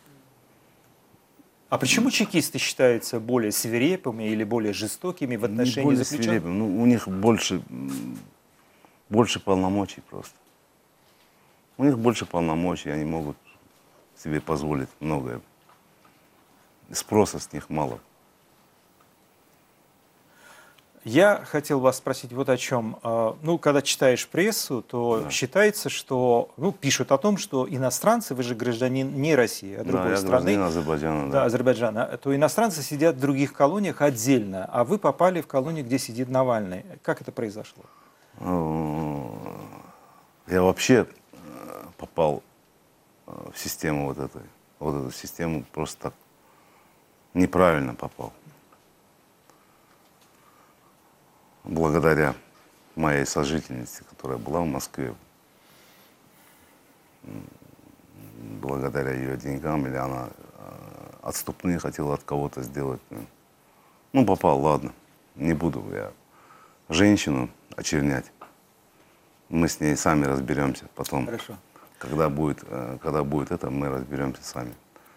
А почему чекисты считаются более свирепыми или более жестокими в отношении заключенных? Ну, у них больше полномочий просто. У них больше полномочий, они могут себе позволить многое. Спроса с них мало. Я хотел вас спросить вот о чем. Ну, когда читаешь прессу, то считается, что, пишут о том, что иностранцы, вы же гражданин не России, а другой страны. Гражданин Азербайджана. Да, Азербайджана. То иностранцы сидят в других колониях отдельно, а вы попали в колонию, где сидит Навальный. Как это произошло? Я вообще попал в систему вот эту систему просто так. Неправильно попал. Благодаря моей сожительнице, которая была в Москве, благодаря ее деньгам, или она отступные хотела от кого-то сделать. Ну, попал, ладно, не буду я женщину очернять. Мы с ней сами разберемся потом. Хорошо. Когда будет это, мы разберемся сами.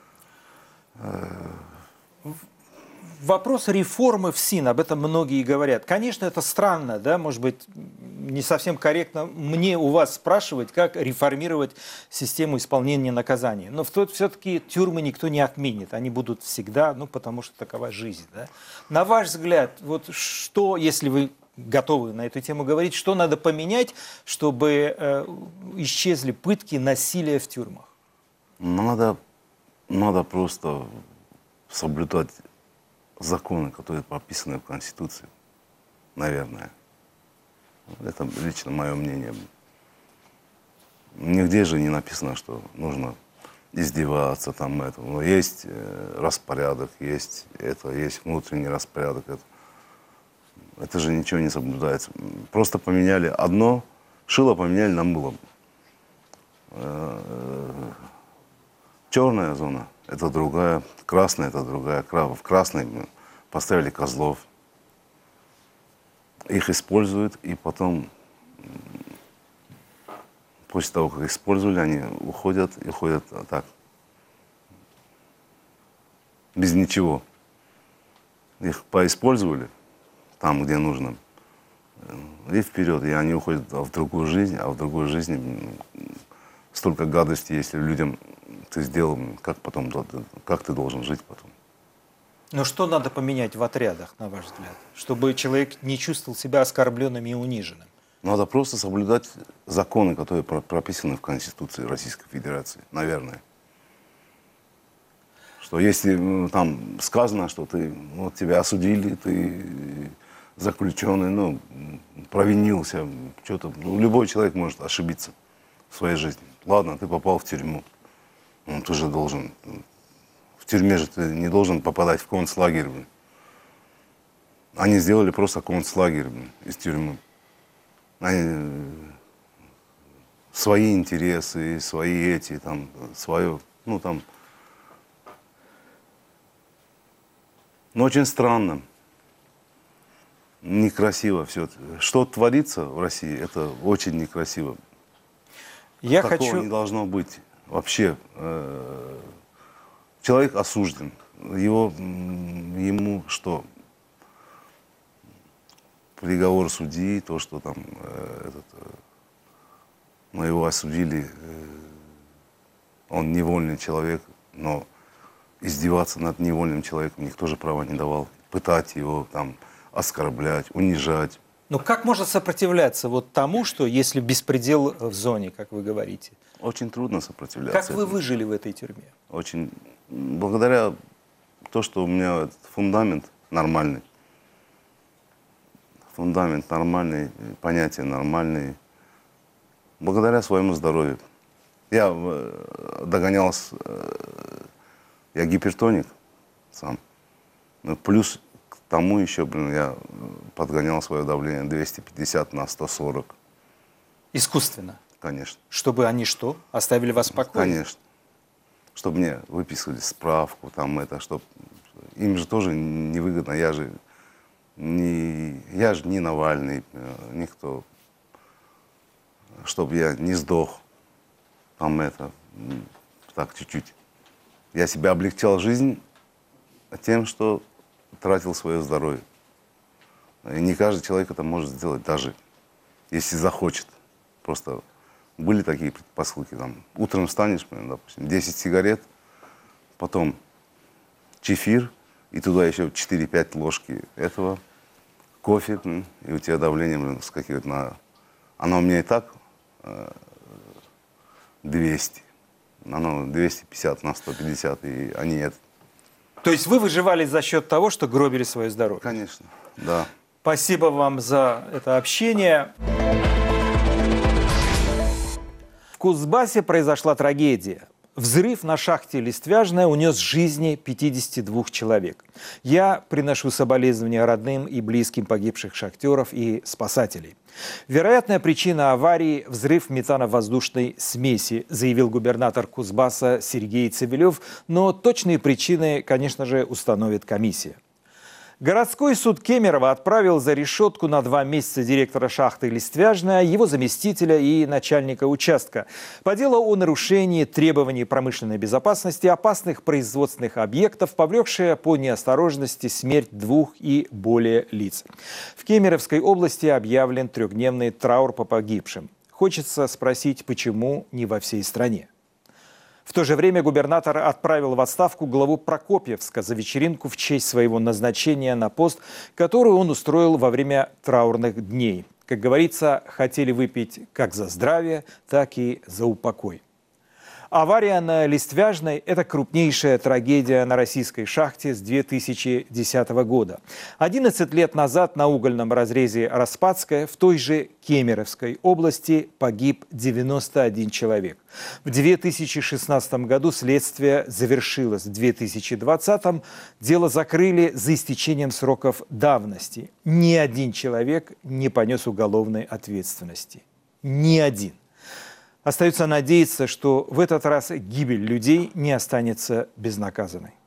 Вопрос реформы ФСИН, об этом многие говорят. Конечно, это странно, да, может быть, не совсем корректно мне у вас спрашивать, как реформировать систему исполнения наказаний. Но все-таки тюрьмы никто не отменит, они будут всегда, потому что такова жизнь. Да? На ваш взгляд, вот что, если вы готовы на эту тему говорить, что надо поменять, чтобы исчезли пытки, насилие в тюрьмах? Надо просто соблюдать законы, которые прописаны в Конституции, наверное. Это лично мое мнение. Нигде же не написано, что нужно издеваться там это. Но есть распорядок, есть внутренний распорядок. Это же ничего не соблюдается. Просто поменяли одно, шило поменяли на мыло. Черная зона – это другая, красная – это другая. В красной поставили козлов. Их используют, и потом, после того, как использовали, они уходят так, без ничего. Их поиспользовали там, где нужно, и вперед, и они уходят в другую жизнь, а в другой жизни столько гадости, если людям ты сделал, как ты должен жить потом. Но что надо поменять в отрядах, на ваш взгляд, чтобы человек не чувствовал себя оскорбленным и униженным? Надо просто соблюдать законы, которые прописаны в Конституции Российской Федерации, наверное. Что если там сказано, что ты, вот тебя осудили, ты заключенный, провинился, что-то. Любой человек может ошибиться в своей жизни. Ладно, ты попал в тюрьму. Ты же должен... В тюрьме же ты не должен попадать в концлагерь. Они сделали просто концлагерь из тюрьмы. Они... Свои интересы, свои эти, там, свое... Но очень странно. Некрасиво все. Что творится в России, это очень некрасиво. Такого не должно быть вообще. Человек осужден. Ему что? Приговор судьи, то, что там его осудили, он невольный человек, но издеваться над невольным человеком никто же права не давал. Пытать его, там, оскорблять, унижать. Но как можно сопротивляться вот тому, что если беспредел в зоне, как вы говорите? Очень трудно сопротивляться. Как вы выжили в этой тюрьме? Очень. Благодаря тому, что у меня фундамент нормальный. Фундамент нормальный, понятия нормальные. Благодаря своему здоровью. Я догонялся, я гипертоник сам. Плюс к тому еще, я подгонял свое давление 250 на 140. Искусственно? Конечно. Чтобы они что? Оставили вас в покое? Конечно. Чтобы мне выписывали справку, там это, чтобы... Им же тоже невыгодно, я же не Навальный, никто. Чтобы я не сдох, там это, так чуть-чуть. Я себя облегчал жизнь тем, что тратил свое здоровье. И не каждый человек это может сделать, даже если захочет. Просто были такие предпосылки. Там, утром встанешь, допустим, 10 сигарет, потом чефир, и туда еще 4-5 ложки этого, кофе, и у тебя давление скакивает на... Оно у меня и так 200. Оно 250 на 150, и они это. То есть вы выживали за счет того, что гробили свое здоровье? Конечно, да. Спасибо вам за это общение. В Кузбассе произошла трагедия. Взрыв на шахте Листвяжная унес жизни 52 человек. Я приношу соболезнования родным и близким погибших шахтеров и спасателей. Вероятная причина аварии – взрыв метановоздушной смеси, заявил губернатор Кузбасса Сергей Цивилев, но точные причины, конечно же, установит комиссия. Городской суд Кемерово отправил за решетку на 2 месяца директора шахты Листвяжная, его заместителя и начальника участка по делу о нарушении требований промышленной безопасности опасных производственных объектов, повлекшее по неосторожности смерть 2 и более лиц. В Кемеровской области объявлен 3-дневный траур по погибшим. Хочется спросить, почему не во всей стране? В то же время губернатор отправил в отставку главу Прокопьевска за вечеринку в честь своего назначения на пост, которую он устроил во время траурных дней. Как говорится, хотели выпить как за здравие, так и за упокой. Авария на Листвяжной – это крупнейшая трагедия на российской шахте с 2010 года. 11 лет назад на угольном разрезе Распадская в той же Кемеровской области погиб 91 человек. В 2016 году следствие завершилось. В 2020 дело закрыли за истечением сроков давности. Ни один человек не понес уголовной ответственности. Ни один. Остается надеяться, что в этот раз гибель людей не останется безнаказанной.